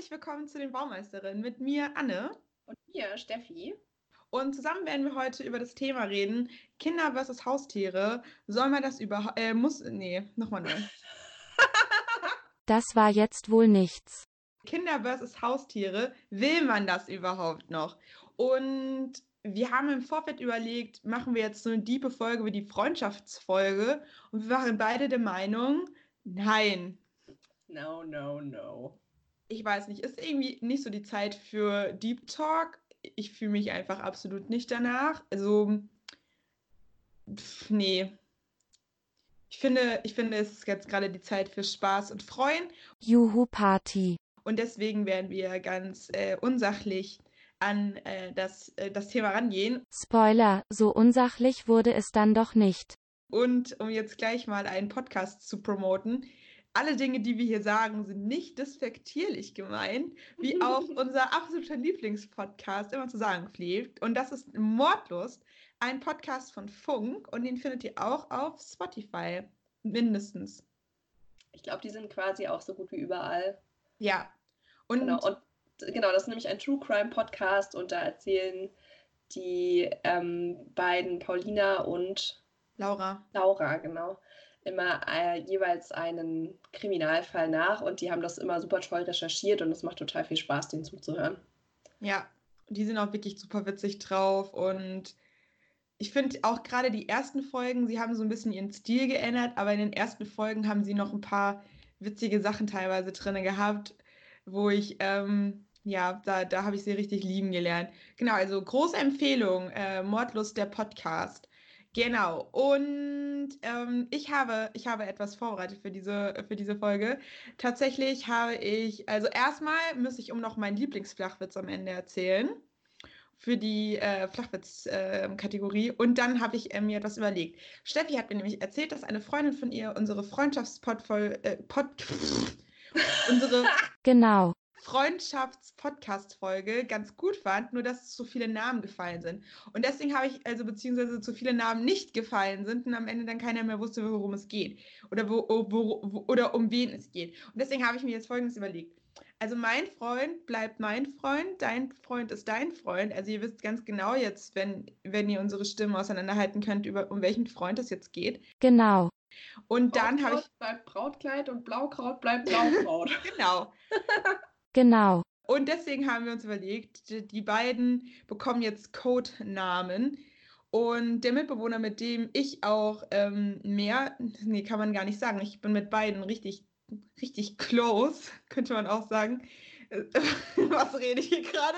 herzlich willkommen zu den Baumeisterinnen mit mir, Anne. Und mir, Steffi. Und zusammen werden wir heute über das Thema reden: Kinder versus Haustiere. Soll man das überhaupt, nochmal neu. Das war jetzt wohl nichts. Kinder versus Haustiere, will man das überhaupt noch? Und wir haben im Vorfeld überlegt, machen wir jetzt so eine tiefe Folge wie die Freundschaftsfolge? Und wir waren beide der Meinung, nein. No, no, no. Ich weiß nicht, ist irgendwie nicht so die Zeit für Deep Talk. Ich fühle mich einfach absolut nicht danach. Also, nee. Ich finde, es ist jetzt gerade die Zeit für Spaß und Freuen. Juhu Party. Und deswegen werden wir ganz unsachlich an das Thema rangehen. Spoiler, so unsachlich wurde es dann doch nicht. Und um jetzt gleich mal einen Podcast zu promoten: Alle Dinge, die wir hier sagen, sind nicht despektierlich gemeint, wie auch unser absoluter Lieblingspodcast immer zu sagen pflegt. Und das ist Mordlust, ein Podcast von Funk. Und den findet ihr auch auf Spotify. Mindestens. Ich glaube, die sind quasi auch so gut wie überall. Ja. Und Genau, das ist nämlich ein True Crime Podcast und da erzählen die beiden, Paulina und Laura, genau, immer jeweils einen Kriminalfall nach und die haben das immer super toll recherchiert und es macht total viel Spaß, denen zuzuhören. ja, die sind auch wirklich super witzig drauf. Und ich finde auch gerade die ersten Folgen, sie haben so ein bisschen ihren Stil geändert, aber in den ersten Folgen haben sie noch ein paar witzige Sachen teilweise drin gehabt, wo ich, ja, da habe ich sie richtig lieben gelernt. Genau, also große Empfehlung, Mordlust, der Podcast. Genau, und ich habe etwas vorbereitet für diese Folge. Tatsächlich habe ich, also erstmal muss ich noch meinen Lieblingsflachwitz am Ende erzählen für die Flachwitz-Kategorie. Und dann habe ich mir etwas überlegt. Steffi hat mir nämlich erzählt, dass eine Freundin von ihr unsere unsere Genau. Freundschafts-Podcast-Folge ganz gut fand, nur dass zu viele Namen gefallen sind. Und deswegen habe ich, also beziehungsweise zu viele Namen nicht gefallen sind und am Ende dann keiner mehr wusste, worum es geht oder, oder um wen es geht. Und deswegen habe ich mir jetzt Folgendes überlegt. Also mein Freund bleibt mein Freund, dein Freund ist dein Freund. Also ihr wisst ganz genau jetzt, wenn ihr unsere Stimmen auseinanderhalten könnt, um welchen Freund es jetzt geht. Genau. Und dann habe ich... bleibt Brautkleid und Blaukraut bleibt Blaukraut. Genau. Genau. Und deswegen haben wir uns überlegt, die beiden bekommen jetzt Codenamen. Und der Mitbewohner, mit dem ich auch nee, kann man gar nicht sagen, ich bin mit beiden richtig, richtig close, könnte man auch sagen. Was rede ich hier gerade?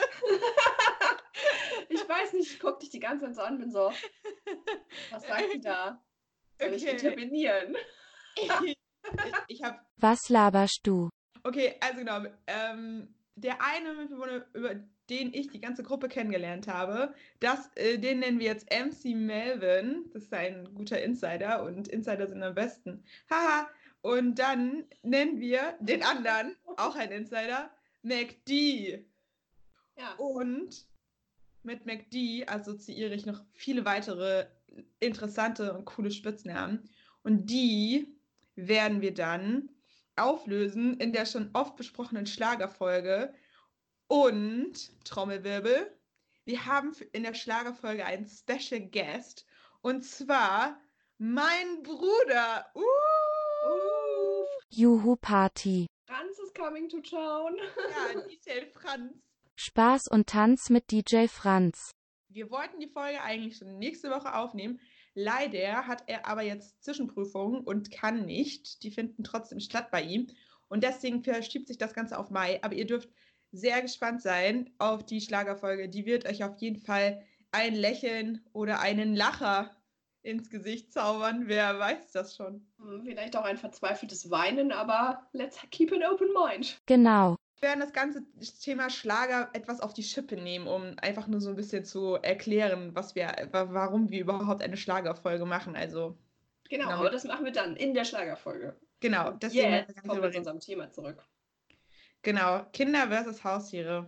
Ich weiß nicht, ich gucke dich die ganze Zeit so an, bin so, was sagt die da? Soll ich intervenieren? Ich habe... Was laberst du? Okay, also genau. Der eine Mitbewohner, über den ich die ganze Gruppe kennengelernt habe, den nennen wir jetzt MC Melvin. Das ist ein guter Insider und Insider sind am besten. Haha. Und dann nennen wir den anderen, auch ein Insider, MacD. Ja. Und mit MacD assoziiere ich noch viele weitere interessante und coole Spitznamen. Und die werden wir dann auflösen in der schon oft besprochenen Schlagerfolge. Und, Trommelwirbel, wir haben in der Schlagerfolge einen Special Guest. Und zwar mein Bruder. Juhu Party. Franz is coming to town. Ja, DJ Franz. Spaß und Tanz mit DJ Franz. Wir wollten die Folge eigentlich schon nächste Woche aufnehmen. Leider hat er aber jetzt Zwischenprüfungen und kann nicht. Die finden trotzdem statt bei ihm. Und deswegen verschiebt sich das Ganze auf Mai. Aber ihr dürft sehr gespannt sein auf die Schlagerfolge. Die wird euch auf jeden Fall ein Lächeln oder einen Lacher ins Gesicht zaubern. Wer weiß das schon? Vielleicht auch ein verzweifeltes Weinen, aber let's keep an open mind. Genau. Wir werden das ganze Thema Schlager etwas auf die Schippe nehmen, um einfach nur so ein bisschen zu erklären, warum wir überhaupt eine Schlagerfolge machen. Also Genau, aber das machen wir dann in der Schlagerfolge. Genau, deswegen jetzt kommen wir zu unserem Thema zurück. Genau, Kinder versus Haustiere.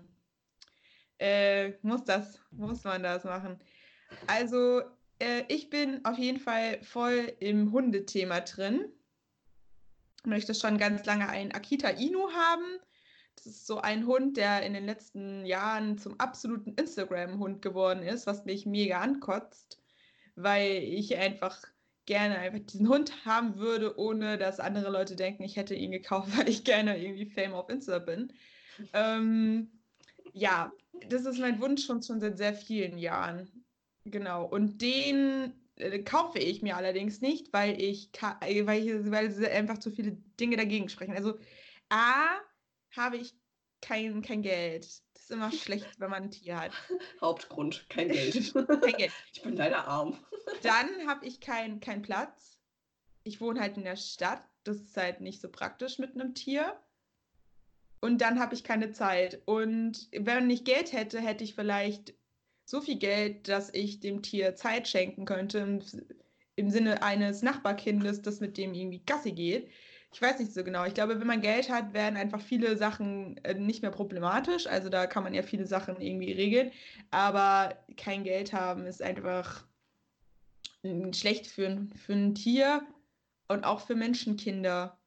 Muss man das machen? Also, ich bin auf jeden Fall voll im Hundethema drin. Möchte schon ganz lange einen Akita Inu haben. Das ist so ein Hund, der in den letzten Jahren zum absoluten Instagram-Hund geworden ist, was mich mega ankotzt, weil ich einfach gerne einfach diesen Hund haben würde, ohne dass andere Leute denken, ich hätte ihn gekauft, weil ich gerne irgendwie Fame auf Insta bin. Ähm, ja, das ist mein Wunsch schon seit sehr vielen Jahren. Genau. Und den kaufe ich mir allerdings nicht, weil sie einfach zu viele Dinge dagegen sprechen. Also A, habe ich kein Geld. Das ist immer schlecht, wenn man ein Tier hat. Hauptgrund, kein Geld. Kein Geld. Ich bin leider arm. Dann habe ich keinen Platz. Ich wohne halt in der Stadt. Das ist halt nicht so praktisch mit einem Tier. Und dann habe ich keine Zeit. Und wenn ich Geld hätte, hätte ich vielleicht so viel Geld, dass ich dem Tier Zeit schenken könnte, im Sinne eines Nachbarkindes, das mit dem irgendwie Gassi geht. Ich weiß nicht so genau. Ich glaube, wenn man Geld hat, werden einfach viele Sachen nicht mehr problematisch. Also da kann man ja viele Sachen irgendwie regeln. Aber kein Geld haben ist einfach schlecht für ein Tier und auch für Menschenkinder.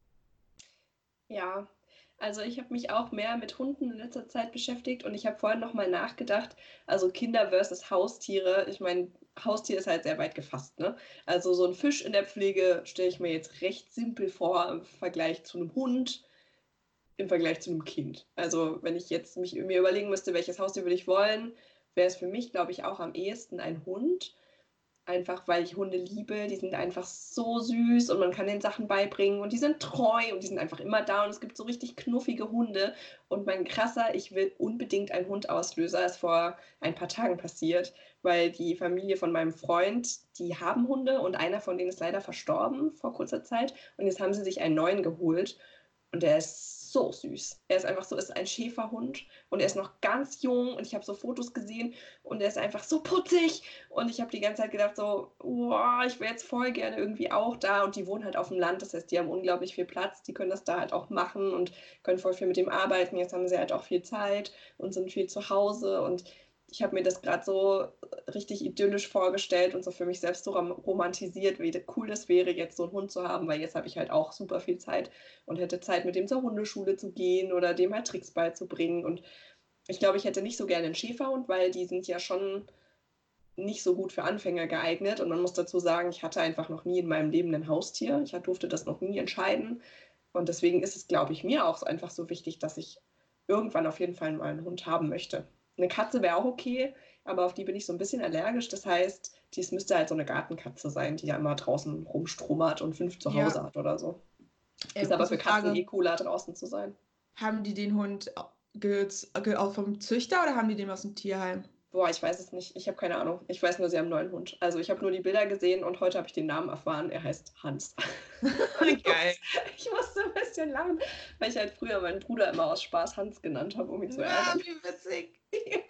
Ja, also ich habe mich auch mehr mit Hunden in letzter Zeit beschäftigt und ich habe vorhin nochmal nachgedacht, also Kinder versus Haustiere. Ich meine, Haustier ist halt sehr weit gefasst, ne? Also so ein Fisch in der Pflege stelle ich mir jetzt recht simpel vor im Vergleich zu einem Hund, im Vergleich zu einem Kind. Also wenn ich jetzt mir überlegen müsste, welches Haustier würde ich wollen, wäre es für mich, glaube ich, auch am ehesten ein Hund. Einfach weil ich Hunde liebe. Die sind einfach so süß und man kann den Sachen beibringen und die sind treu und die sind einfach immer da und es gibt so richtig knuffige Hunde. Und mein krasser, ich will unbedingt einen Hund-Auslöser, ist vor ein paar Tagen passiert, weil die Familie von meinem Freund, die haben Hunde und einer von denen ist leider verstorben vor kurzer Zeit und jetzt haben sie sich einen neuen geholt und der ist so süß. Er ist einfach so, ist ein Schäferhund und er ist noch ganz jung und ich habe so Fotos gesehen und er ist einfach so putzig und ich habe die ganze Zeit gedacht so, wow, ich wäre jetzt voll gerne irgendwie auch da und die wohnen halt auf dem Land, das heißt, die haben unglaublich viel Platz, die können das da halt auch machen und können voll viel mit dem arbeiten. Jetzt haben sie halt auch viel Zeit und sind viel zu Hause und ich habe mir das gerade so richtig idyllisch vorgestellt und so für mich selbst so romantisiert, wie cool das wäre, jetzt so einen Hund zu haben, weil jetzt habe ich halt auch super viel Zeit und hätte Zeit, mit dem zur Hundeschule zu gehen oder dem halt Tricks beizubringen. Und ich glaube, ich hätte nicht so gerne einen Schäferhund, weil die sind ja schon nicht so gut für Anfänger geeignet. Und man muss dazu sagen, ich hatte einfach noch nie in meinem Leben ein Haustier. Ich durfte das noch nie entscheiden. Und deswegen ist es, glaube ich, mir auch einfach so wichtig, dass ich irgendwann auf jeden Fall mal einen Hund haben möchte. Eine Katze wäre auch okay, aber auf die bin ich so ein bisschen allergisch. Das heißt, dies müsste halt so eine Gartenkatze sein, die ja immer draußen rumstrummert und 5 zu Hause Ja, hat oder so. Ist aber kurze für Katzen Frage. eh cooler, draußen zu sein. Haben die den Hund auch vom Züchter oder haben die den aus dem Tierheim? Boah, ich weiß es nicht. Ich habe keine Ahnung. Ich weiß nur, sie haben einen neuen Hund. Also ich habe nur die Bilder gesehen und heute habe ich den Namen erfahren. Er heißt Hans. Geil. Ich musste ein bisschen lachen, weil ich halt früher meinen Bruder immer aus Spaß Hans genannt habe, um ihn zu ärgern. Wie witzig.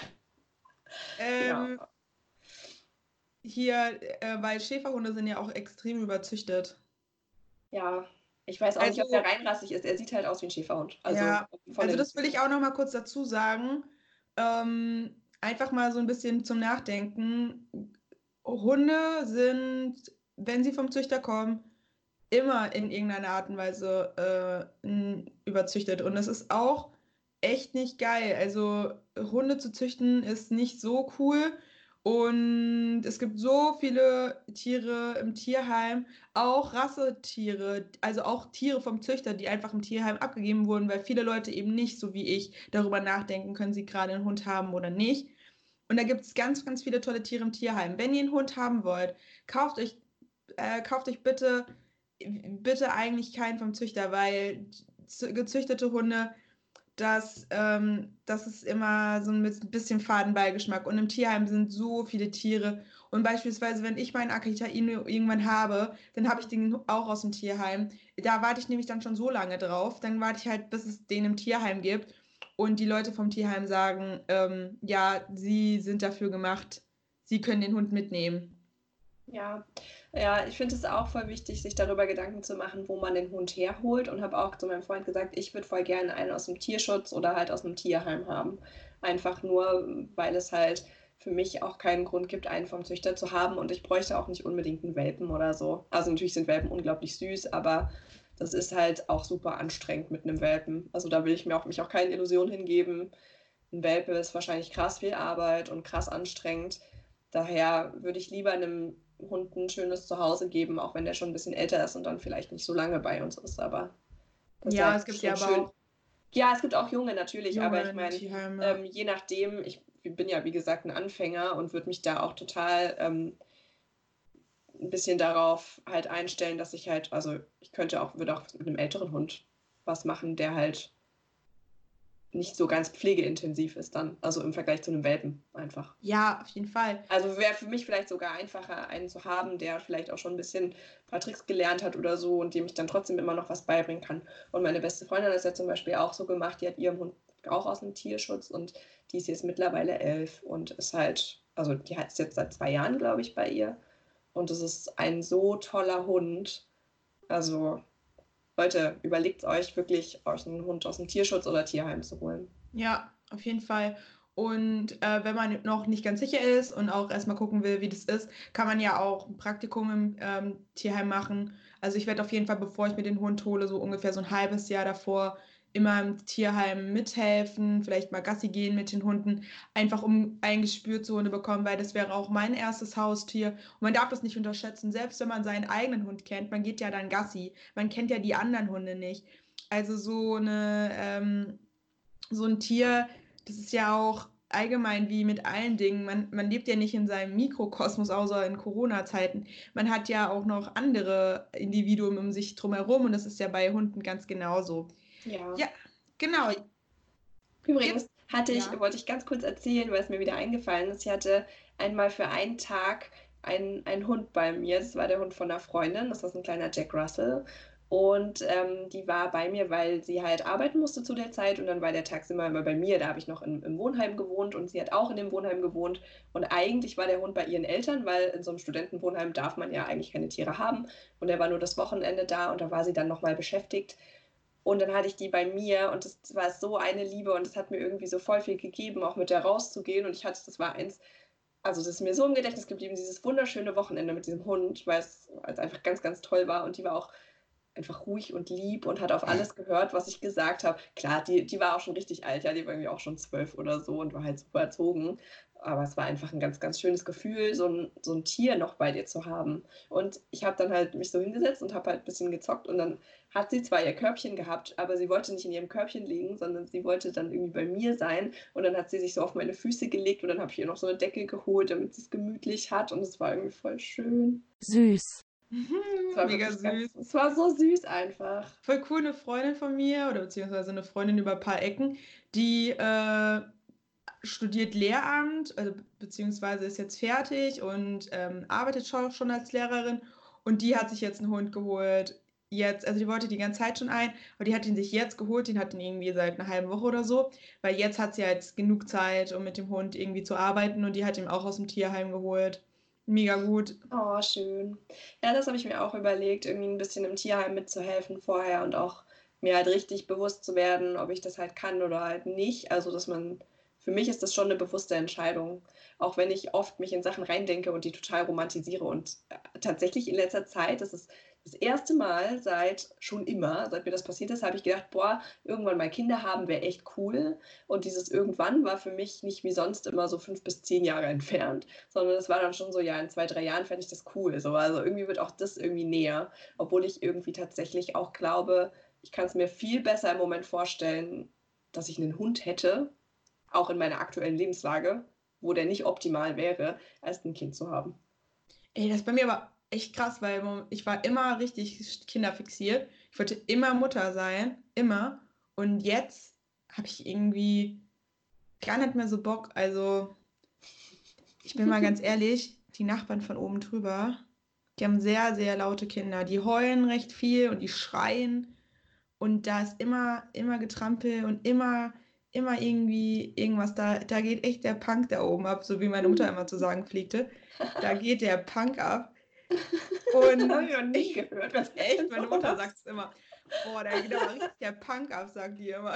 Ja. Ähm, hier, weil Schäferhunde sind ja auch extrem überzüchtet. Ja, ich weiß auch nicht, ob der Also, reinrassig ist. Er sieht halt aus wie ein Schäferhund. Also ja, von also den. das will ich auch noch mal kurz dazu sagen. Einfach mal so ein bisschen zum Nachdenken. Hunde sind, wenn sie vom Züchter kommen, immer in irgendeiner Art und Weise überzüchtet. Und das ist auch echt nicht geil. Also Hunde zu züchten ist nicht so cool. Und es gibt so viele Tiere im Tierheim, auch Rassetiere, also auch Tiere vom Züchter, die einfach im Tierheim abgegeben wurden, weil viele Leute eben nicht, so wie ich, darüber nachdenken, können sie gerade einen Hund haben oder nicht. Und da gibt es ganz viele tolle Tiere im Tierheim. Wenn ihr einen Hund haben wollt, kauft euch bitte eigentlich keinen vom Züchter, weil gezüchtete Hunde, das ist immer so ein bisschen Fadenbeigeschmack. Und im Tierheim sind so viele Tiere. Und beispielsweise, wenn ich meinen Akita Inu irgendwann habe, dann habe ich den auch aus dem Tierheim. Da warte ich nämlich dann schon so lange drauf. Dann warte ich halt, bis es den im Tierheim gibt. Und die Leute vom Tierheim sagen, ja, sie sind dafür gemacht, sie können den Hund mitnehmen. Ja, ja, ich finde es auch voll wichtig, sich darüber Gedanken zu machen, wo man den Hund herholt und habe auch zu meinem Freund gesagt, ich würde voll gerne einen aus dem Tierschutz oder halt aus einem Tierheim haben. Einfach nur, weil es halt für mich auch keinen Grund gibt, einen vom Züchter zu haben und ich bräuchte auch nicht unbedingt einen Welpen oder so. Also natürlich sind Welpen unglaublich süß, aber das ist halt auch super anstrengend mit einem Welpen. Also da will ich mich auch keine Illusion hingeben. Ein Welpe ist wahrscheinlich krass viel Arbeit und krass anstrengend. Daher würde ich lieber einem Hund ein schönes Zuhause geben, auch wenn der schon ein bisschen älter ist und dann vielleicht nicht so lange bei uns ist. Aber das Ja, wäre es gibt ja schon aber schön. auch Ja, es gibt auch junge natürlich, aber ich junge meine, Tierheime. je nachdem, ich bin ja wie gesagt ein Anfänger und würde mich da auch total ein bisschen darauf halt einstellen, dass ich halt, also ich würde auch mit einem älteren Hund was machen, der halt nicht so ganz pflegeintensiv ist dann, also im Vergleich zu einem Welpen einfach. Ja, auf jeden Fall. Also wäre für mich vielleicht sogar einfacher, einen zu haben, der vielleicht auch schon ein bisschen ein paar Tricks gelernt hat oder so und dem ich dann trotzdem immer noch was beibringen kann. Und meine beste Freundin hat es ja zum Beispiel auch so gemacht, die hat ihren Hund auch aus dem Tierschutz und die ist jetzt mittlerweile 11 und ist halt, also die hat es jetzt seit 2 Jahren, glaube ich, bei ihr. Und es ist ein so toller Hund. Also Leute, überlegt euch wirklich, euch einen Hund aus dem Tierschutz oder Tierheim zu holen. Ja, auf jeden Fall. Und wenn man noch nicht ganz sicher ist und auch erstmal gucken will, wie das ist, kann man ja auch ein Praktikum im Tierheim machen. Also ich werde auf jeden Fall, bevor ich mir den Hund hole, so ungefähr so ein halbes Jahr davor immer im Tierheim mithelfen, vielleicht mal Gassi gehen mit den Hunden, einfach um ein Gespür zu Hunde bekommen, weil das wäre auch mein erstes Haustier. Und man darf das nicht unterschätzen, selbst wenn man seinen eigenen Hund kennt, man geht ja dann Gassi, man kennt ja die anderen Hunde nicht. Also so ein Tier, das ist ja auch allgemein wie mit allen Dingen. Man lebt ja nicht in seinem Mikrokosmos, außer in Corona-Zeiten. Man hat ja auch noch andere Individuen um sich drumherum und das ist ja bei Hunden ganz genauso. Ja. Ja, genau. Jetzt, Übrigens ja. wollte ich ganz kurz erzählen, weil es mir wieder eingefallen ist. Ich hatte einmal für einen Tag einen Hund bei mir. Das war der Hund von einer Freundin. Das war so ein kleiner Jack Russell. Und die war bei mir, weil sie halt arbeiten musste zu der Zeit. Und dann war der tagsüber immer bei mir. Da habe ich noch im Wohnheim gewohnt und sie hat auch in dem Wohnheim gewohnt. Und eigentlich war der Hund bei ihren Eltern, weil in so einem Studentenwohnheim darf man ja eigentlich keine Tiere haben. Und er war nur das Wochenende da und da war sie dann nochmal beschäftigt. Und dann hatte ich die bei mir und das war so eine Liebe und das hat mir irgendwie so voll viel gegeben, auch mit der rauszugehen. Und das war eins, also das ist mir so im Gedächtnis geblieben, dieses wunderschöne Wochenende mit diesem Hund, weil es einfach ganz, ganz toll war. Und die war auch einfach ruhig und lieb und hat auf alles gehört, was ich gesagt habe. Klar, die war auch schon richtig alt, ja, die war irgendwie auch schon 12 oder so und war halt super erzogen. Aber es war einfach ein ganz, ganz schönes Gefühl, so ein Tier noch bei dir zu haben. Und ich habe dann halt mich so hingesetzt und habe halt ein bisschen gezockt und dann hat sie zwar ihr Körbchen gehabt, aber sie wollte nicht in ihrem Körbchen liegen, sondern sie wollte dann irgendwie bei mir sein. Und dann hat sie sich so auf meine Füße gelegt und dann habe ich ihr noch so eine Decke geholt, damit sie es gemütlich hat. Und es war irgendwie voll schön. Süß. Es war Mega wirklich süß. es war so süß einfach. Voll cool, eine Freundin von mir oder beziehungsweise eine Freundin über ein paar Ecken, die studiert Lehramt, also beziehungsweise ist jetzt fertig und arbeitet schon als Lehrerin. Und die hat sich jetzt einen Hund geholt. Jetzt, also die wollte die ganze Zeit schon ein, aber die hat ihn sich jetzt geholt, den hat ihn irgendwie seit einer halben Woche oder so, weil jetzt hat sie halt genug Zeit, um mit dem Hund irgendwie zu arbeiten und die hat ihn auch aus dem Tierheim geholt. Mega gut. Oh, schön. Ja, das habe ich mir auch überlegt, irgendwie ein bisschen im Tierheim mitzuhelfen vorher und auch mir halt richtig bewusst zu werden, ob ich das halt kann oder halt nicht. Also, für mich ist das schon eine bewusste Entscheidung, auch wenn ich oft mich in Sachen reindenke und die total romantisiere. Und tatsächlich in letzter Zeit, das ist das erste Mal seit mir das passiert ist, habe ich gedacht, boah, irgendwann mal Kinder haben wäre echt cool. Und dieses irgendwann war für mich nicht wie sonst immer so 5 bis 10 Jahre entfernt, sondern es war dann schon so, ja, in 2, 3 Jahren fände ich das cool. So, also irgendwie wird auch das irgendwie näher, obwohl ich irgendwie tatsächlich auch glaube, ich kann es mir viel besser im Moment vorstellen, dass ich einen Hund hätte, auch in meiner aktuellen Lebenslage, wo der nicht optimal wäre, als ein Kind zu haben. Ey, das ist bei mir aber echt krass, weil ich war immer richtig kinderfixiert. Ich wollte immer Mutter sein, immer. Und jetzt habe ich irgendwie gar nicht mehr so Bock. Also, ich bin mal ganz ehrlich, die Nachbarn von oben drüber, die haben sehr, sehr laute Kinder. Die heulen recht viel und die schreien. Und da ist immer Getrampel und immer irgendwie irgendwas. Da geht echt der Punk da oben ab, so wie meine Mutter immer zu sagen pflegte. Da geht der Punk ab. Das habe Und ich noch nie gehört. Was ist echt, denn meine Mutter sowas? sagt es immer. Boah, da geht aber richtig der Punk ab, sagt die immer.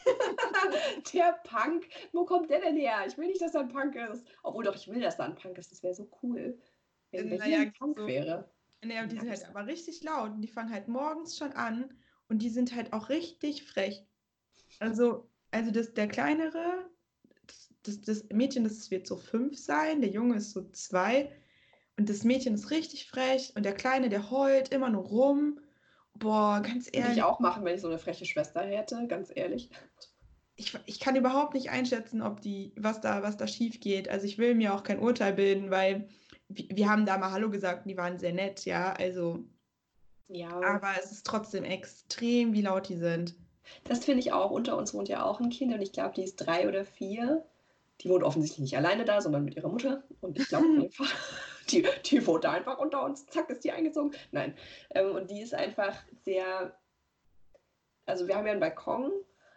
Der Punk, wo kommt der denn her? Ich will nicht, dass er ein Punk ist. Obwohl doch, ich will, dass er ein Punk ist. Das wäre so cool, wenn hier Naja, ein Punk so wäre. Nee, die Ja, sind halt aber richtig laut und die fangen halt morgens schon an und die sind halt auch richtig frech. Also der kleinere, das Mädchen, das wird so 5 sein, der Junge ist so 2 und das Mädchen ist richtig frech und der Kleine, der heult immer nur rum. Boah, ganz Würde ich ehrlich, auch machen, wenn ich so eine freche Schwester hätte, ganz ehrlich. ich kann überhaupt nicht einschätzen, was da schief geht. Also ich will mir auch kein Urteil bilden, weil wir haben da mal Hallo gesagt und die waren sehr nett, ja. Also, Ja, aber es ist trotzdem extrem, wie laut die sind. das finde ich auch. Unter uns wohnt ja auch ein Kind und ich glaube, die ist 3 oder 4. Die wohnt offensichtlich nicht alleine da, sondern mit ihrer Mutter. Und ich glaube einfach, die wohnt da einfach unter uns. Zack, ist die eingezogen. Nein. Und die ist einfach sehr, also wir haben ja einen Balkon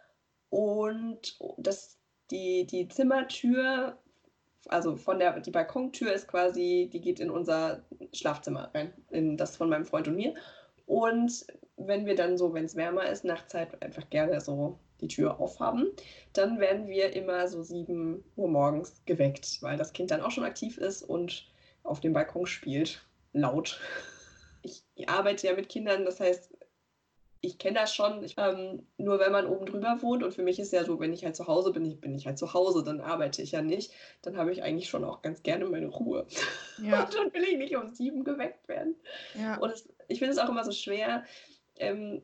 und die Zimmertür, also die Balkontür ist quasi, die geht in unser Schlafzimmer rein, in das von meinem Freund und mir. Und wenn wir dann so, wenn es wärmer ist, nachts halt einfach gerne so die Tür aufhaben, dann werden wir immer so 7 Uhr morgens geweckt, weil das Kind dann auch schon aktiv ist und auf dem Balkon spielt, laut. Ich arbeite ja mit Kindern, das heißt, ich kenne das schon, nur wenn man oben drüber wohnt und für mich ist ja so, wenn ich halt zu Hause bin, bin ich halt zu Hause, dann arbeite ich ja nicht, dann habe ich eigentlich schon auch ganz gerne meine Ruhe. Und Ja, dann will ich nicht um 7 geweckt werden. ja. Und ich finde es auch immer so schwer, ähm,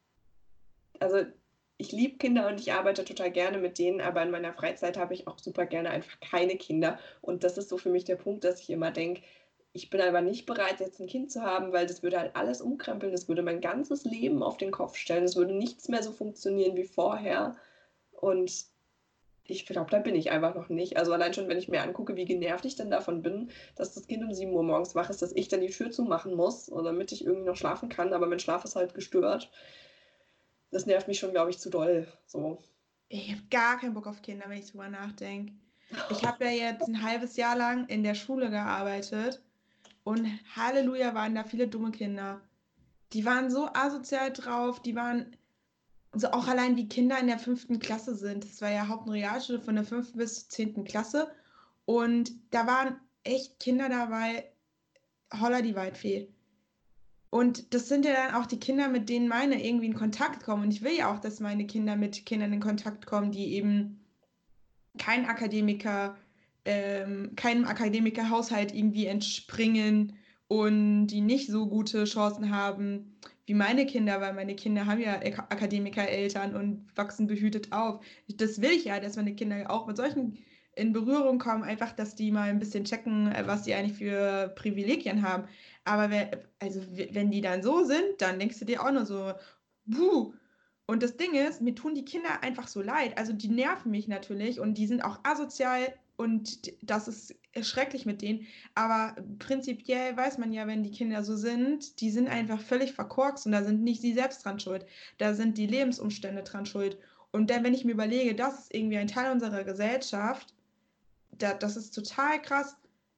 also ich liebe Kinder und ich arbeite total gerne mit denen, aber in meiner Freizeit habe ich auch super gerne einfach keine Kinder. Und das ist so für mich der Punkt, dass ich immer denke, ich bin aber nicht bereit, jetzt ein Kind zu haben, weil das würde halt alles umkrempeln, das würde mein ganzes Leben auf den Kopf stellen, es würde nichts mehr so funktionieren wie vorher. Und ich glaube, da bin ich einfach noch nicht. Also allein schon, wenn ich mir angucke, wie genervt ich dann davon bin, dass das Kind um 7 Uhr morgens wach ist, dass ich dann die Tür zumachen muss, damit ich irgendwie noch schlafen kann, aber mein Schlaf ist halt gestört. Das nervt mich schon, glaube ich, zu doll. So. Ich habe gar keinen Bock auf Kinder, wenn ich drüber nachdenke. Ich habe ja jetzt ein halbes Jahr lang in der Schule gearbeitet und Halleluja waren da viele dumme Kinder. Die waren so asozial drauf, die waren so auch allein die Kinder in der 5. Klasse sind. Das war ja Haupt- und Realschule von der 5. bis zur 10. Klasse. Und da waren echt Kinder dabei, holla die Waldfee. Und das sind ja dann auch die Kinder, mit denen meine irgendwie in Kontakt kommen. Und ich will ja auch, dass meine Kinder mit Kindern in Kontakt kommen, die eben kein Akademiker, keinem Akademikerhaushalt irgendwie entspringen und die nicht so gute Chancen haben wie meine Kinder, weil meine Kinder haben ja Akademikereltern und wachsen behütet auf. Das will ich ja, dass meine Kinder auch mit solchen in Berührung kommen, einfach, dass die mal ein bisschen checken, was die eigentlich für Privilegien haben. Aber wenn die dann so sind, dann denkst du dir auch nur so, buh. Und das Ding ist, mir tun die Kinder einfach so leid. Also die nerven mich natürlich und die sind auch asozial und das ist schrecklich mit denen. Aber prinzipiell weiß man ja, wenn die Kinder so sind, die sind einfach völlig verkorkst und da sind nicht sie selbst dran schuld. Da sind die Lebensumstände dran schuld. Und dann, wenn ich mir überlege, das ist irgendwie ein Teil unserer Gesellschaft, das ist total krass,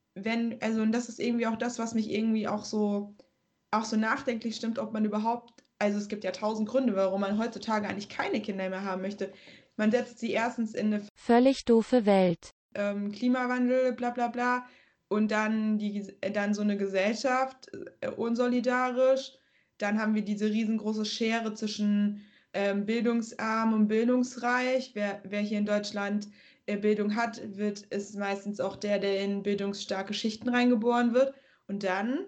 und das ist irgendwie auch das, was mich irgendwie auch so nachdenklich stimmt, ob man überhaupt, also es gibt ja 1000 Gründe, warum man heutzutage eigentlich keine Kinder mehr haben möchte. Man setzt sie erstens in eine Völlig doofe Welt. Klimawandel, bla bla bla, und dann so eine Gesellschaft, unsolidarisch. Dann haben wir diese riesengroße Schere zwischen bildungsarm und bildungsreich. Wer hier in Deutschland Bildung hat, ist meistens auch der in bildungsstarke Schichten reingeboren wird. Und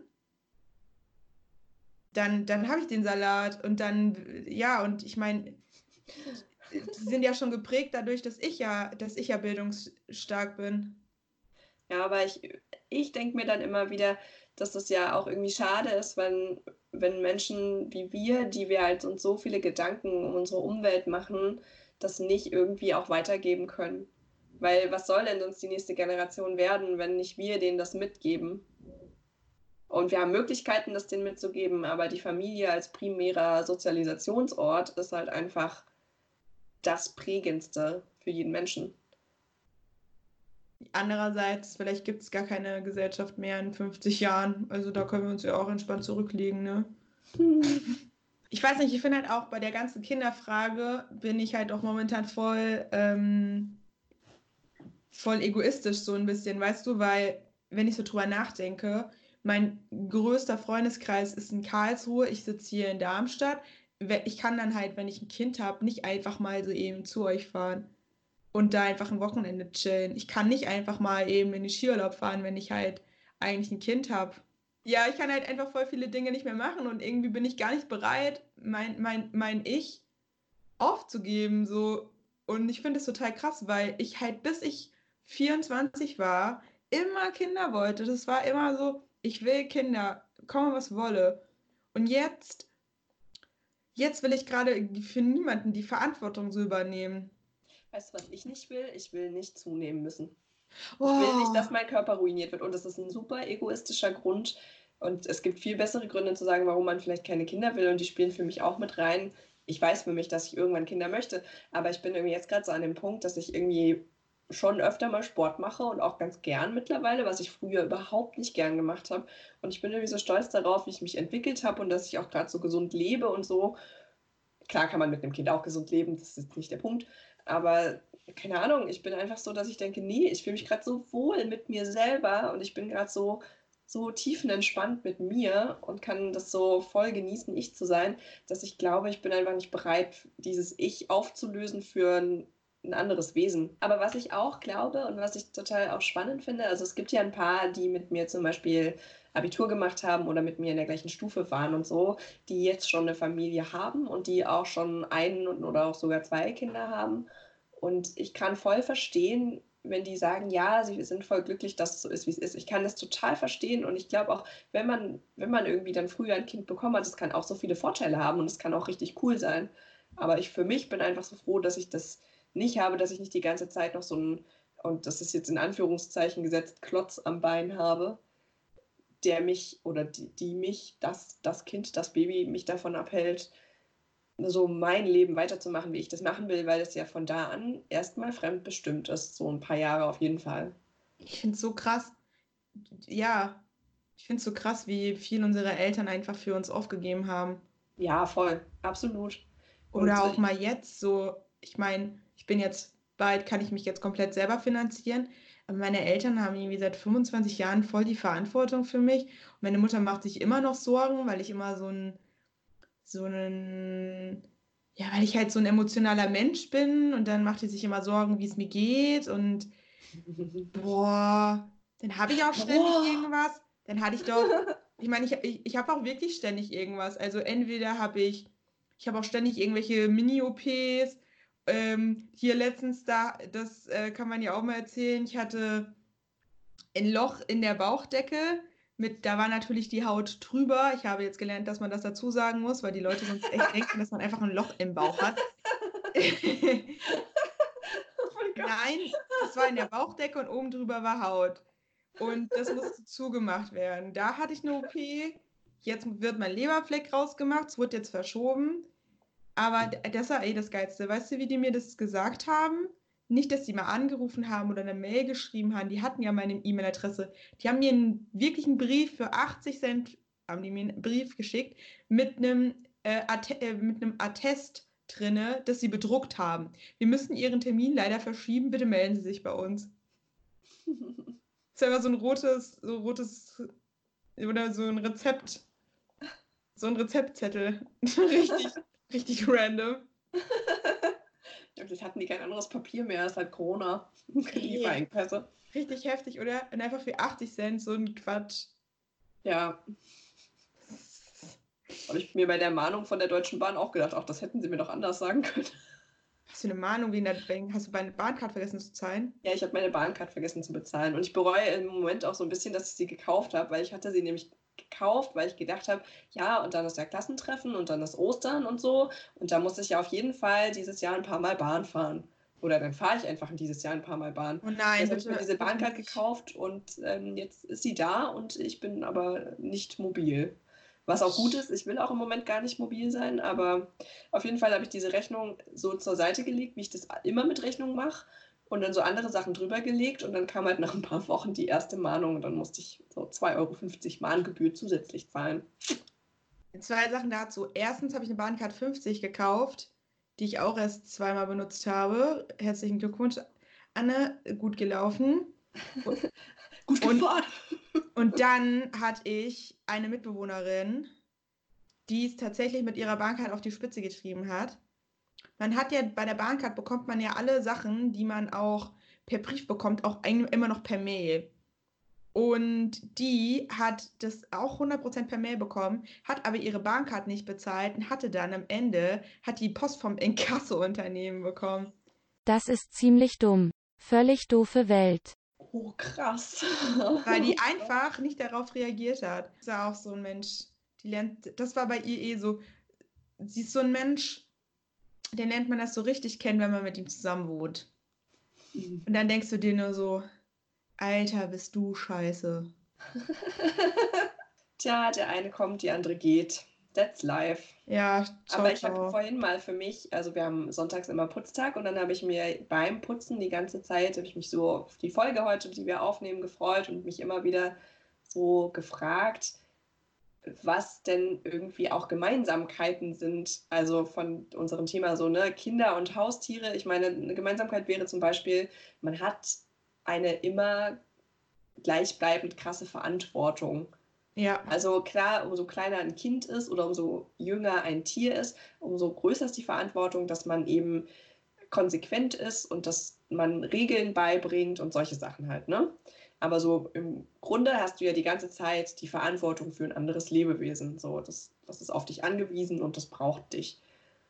dann habe ich den Salat und dann, ja, und ich meine, sie sind ja schon geprägt dadurch, dass ich ja bildungsstark bin. Ja, aber ich denke mir dann immer wieder, dass das ja auch irgendwie schade ist, wenn Menschen wie wir, die wir halt uns so viele Gedanken um unsere Umwelt machen, das nicht irgendwie auch weitergeben können. Weil was soll denn uns die nächste Generation werden, wenn nicht wir denen das mitgeben? Und wir haben Möglichkeiten, das denen mitzugeben, aber die Familie als primärer Sozialisationsort ist halt einfach das Prägendste für jeden Menschen. Andererseits, vielleicht gibt es gar keine Gesellschaft mehr in 50 Jahren. Also da können wir uns ja auch entspannt zurücklegen, ne? Ich weiß nicht, ich finde halt auch bei der ganzen Kinderfrage bin ich halt auch momentan voll egoistisch so ein bisschen, weißt du, weil wenn ich so drüber nachdenke, mein größter Freundeskreis ist in Karlsruhe, ich sitze hier in Darmstadt. Ich kann dann halt, wenn ich ein Kind habe, nicht einfach mal so eben zu euch fahren und da einfach ein Wochenende chillen. Ich kann nicht einfach mal eben in den Skiurlaub fahren, wenn ich halt eigentlich ein Kind habe. Ja, ich kann halt einfach voll viele Dinge nicht mehr machen und irgendwie bin ich gar nicht bereit, mein Ich aufzugeben, so. Und ich finde es total krass, weil ich halt, bis ich 24 war, immer Kinder wollte. Das war immer so, ich will Kinder, komme was wolle. Und jetzt will ich gerade für niemanden die Verantwortung so übernehmen. Weißt du, was ich nicht will? Ich will nicht zunehmen müssen. Ich will nicht, Oh, dass mein Körper ruiniert wird. Und das ist ein super egoistischer Grund. Und es gibt viel bessere Gründe zu sagen, warum man vielleicht keine Kinder will. Und die spielen für mich auch mit rein. Ich weiß für mich, dass ich irgendwann Kinder möchte. Aber ich bin irgendwie jetzt gerade so an dem Punkt, dass ich irgendwie schon öfter mal Sport mache und auch ganz gern mittlerweile, was ich früher überhaupt nicht gern gemacht habe. Und ich bin irgendwie so stolz darauf, wie ich mich entwickelt habe und dass ich auch gerade so gesund lebe und so. Klar kann man mit einem Kind auch gesund leben, das ist nicht der Punkt. Aber keine Ahnung, ich bin einfach so, dass ich denke, nee, ich fühle mich gerade so wohl mit mir selber und ich bin gerade so tiefenentspannt mit mir und kann das so voll genießen, ich zu sein, dass ich glaube, ich bin einfach nicht bereit, dieses Ich aufzulösen für ein anderes Wesen. Aber was ich auch glaube und was ich total auch spannend finde, also es gibt ja ein paar, die mit mir zum Beispiel Abitur gemacht haben oder mit mir in der gleichen Stufe waren und so, die jetzt schon eine Familie haben und die auch schon ein oder auch sogar zwei Kinder haben. Und ich kann voll verstehen, wenn die sagen, ja, sie sind voll glücklich, dass es so ist, wie es ist. Ich kann das total verstehen und ich glaube auch, wenn man irgendwie dann früher ein Kind bekommen hat, das kann auch so viele Vorteile haben und es kann auch richtig cool sein. Aber ich für mich bin einfach so froh, dass ich das nicht habe, dass ich nicht die ganze Zeit noch so ein, und das ist jetzt in Anführungszeichen gesetzt, Klotz am Bein habe, der mich oder die mich, das Kind, das Baby mich davon abhält, so mein Leben weiterzumachen, wie ich das machen will, weil es ja von da an erstmal fremdbestimmt ist, so ein paar Jahre auf jeden Fall. ich finde es so krass. Ja, ich finde es so krass, wie viel unsere Eltern einfach für uns aufgegeben haben. Ja, voll, absolut. Und Oder auch mal jetzt so, ich meine, ich bin jetzt bald, kann ich mich jetzt komplett selber finanzieren. Aber meine Eltern haben irgendwie seit 25 Jahren voll die Verantwortung für mich. Und meine Mutter macht sich immer noch Sorgen, weil ich immer ja, weil ich halt so ein emotionaler Mensch bin und dann macht sie sich immer Sorgen, wie es mir geht und boah, dann habe ich auch ständig boah, irgendwas. Dann hatte ich doch, ich meine, ich habe auch wirklich ständig irgendwas. Also entweder ich habe auch ständig irgendwelche Mini-OPs. Hier letztens da, das kann man ja auch mal erzählen. Ich hatte ein Loch in der Bauchdecke. Da war natürlich die Haut drüber. Ich habe jetzt gelernt, dass man das dazu sagen muss, weil die Leute sonst echt denken, dass man einfach ein Loch im Bauch hat. oh mein Gott. Nein, das war in der Bauchdecke und oben drüber war Haut. Und das musste zugemacht werden. Da hatte ich eine OP. Jetzt wird mein Leberfleck rausgemacht. Es wurde jetzt verschoben. Aber das war das Geilste. Weißt du, wie die mir das gesagt haben? Nicht, dass die mal angerufen haben oder eine Mail geschrieben haben. Die hatten ja meine E-Mail-Adresse. Die haben mir einen wirklichen Brief für 80 Cent, haben die mir einen Brief geschickt mit einem Attest drinne, das sie bedruckt haben. Wir müssen Ihren Termin leider verschieben. Bitte melden Sie sich bei uns. Das ist einfach so ein rotes oder so ein Rezeptzettel. Richtig random. Ja, vielleicht hatten die kein anderes Papier mehr, es ist halt Corona. Keine Nee, Lieferengpässe. richtig heftig, oder? Und einfach für 80 Cent so ein Quatsch. Ja, habe ich mir bei der Mahnung von der Deutschen Bahn auch gedacht, ach, das hätten sie mir doch anders sagen können. Hast du eine Mahnung hast du bei einer Bahncard vergessen zu zahlen? Ja, ich habe meine Bahncard vergessen zu bezahlen und ich bereue im Moment auch so ein bisschen, dass ich sie gekauft habe, weil ich hatte sie nämlich gekauft, weil ich gedacht habe, ja, und dann ist ja Klassentreffen und dann ist Ostern und so und da muss ich ja auf jeden Fall dieses Jahr ein paar Mal Bahn fahren. Oder dann fahre ich einfach dieses Jahr ein paar Mal Bahn. Oh Und nein, jetzt habe ich mir bitte, diese bitte Bahncard nicht. gekauft und jetzt ist sie da und ich bin aber nicht mobil. Was auch gut ist, ich will auch im Moment gar nicht mobil sein, aber auf jeden Fall habe ich diese Rechnung so zur Seite gelegt, wie ich das immer mit Rechnungen mache und dann so andere Sachen drüber gelegt und dann kam halt nach ein paar Wochen die erste Mahnung und dann musste ich so 2,50 € Mahngebühr zusätzlich zahlen. Zwei Sachen dazu. Erstens habe ich eine Bahncard 50 gekauft, die ich auch erst zweimal benutzt habe. Herzlichen Glückwunsch, Anne, gut gelaufen. Gut Und, gefahren. Und dann hatte ich eine Mitbewohnerin, die es tatsächlich mit ihrer Bahncard auf die Spitze getrieben hat. Man hat ja bei der Bahncard bekommt man ja alle Sachen, die man auch per Brief bekommt, auch immer noch per Mail. Und die hat das auch 100% per Mail bekommen, hat aber ihre Bahncard nicht bezahlt und hatte dann am Ende, hat die Post vom Inkasso-Unternehmen bekommen. Das ist ziemlich dumm. Völlig doofe Welt. Oh, krass. Weil die einfach nicht darauf reagiert hat. Das war auch so ein Mensch, die lernt, das war bei ihr eh so, sie ist so ein Mensch, den lernt man das so richtig kennen, wenn man mit ihm zusammen wohnt. Und dann denkst du dir nur so, Alter, bist du scheiße. Tja, der eine kommt, die andere geht. That's life. Ja, ciao, Aber ich habe ciao. vorhin mal für mich, also wir haben sonntags immer Putztag und dann habe ich mir beim Putzen die ganze Zeit, habe ich mich so auf die Folge heute, die wir aufnehmen, gefreut und mich immer wieder so gefragt, was denn irgendwie auch Gemeinsamkeiten sind, also von unserem Thema so, ne, Kinder und Haustiere. Ich meine, eine Gemeinsamkeit wäre zum Beispiel, man hat eine immer gleichbleibend krasse Verantwortung. Ja, Also klar, umso kleiner ein Kind ist oder umso jünger ein Tier ist, umso größer ist die Verantwortung, dass man eben konsequent ist und dass man Regeln beibringt und solche Sachen halt, ne? Aber so im Grunde hast du ja die ganze Zeit die Verantwortung für ein anderes Lebewesen. So, das ist auf dich angewiesen und das braucht dich.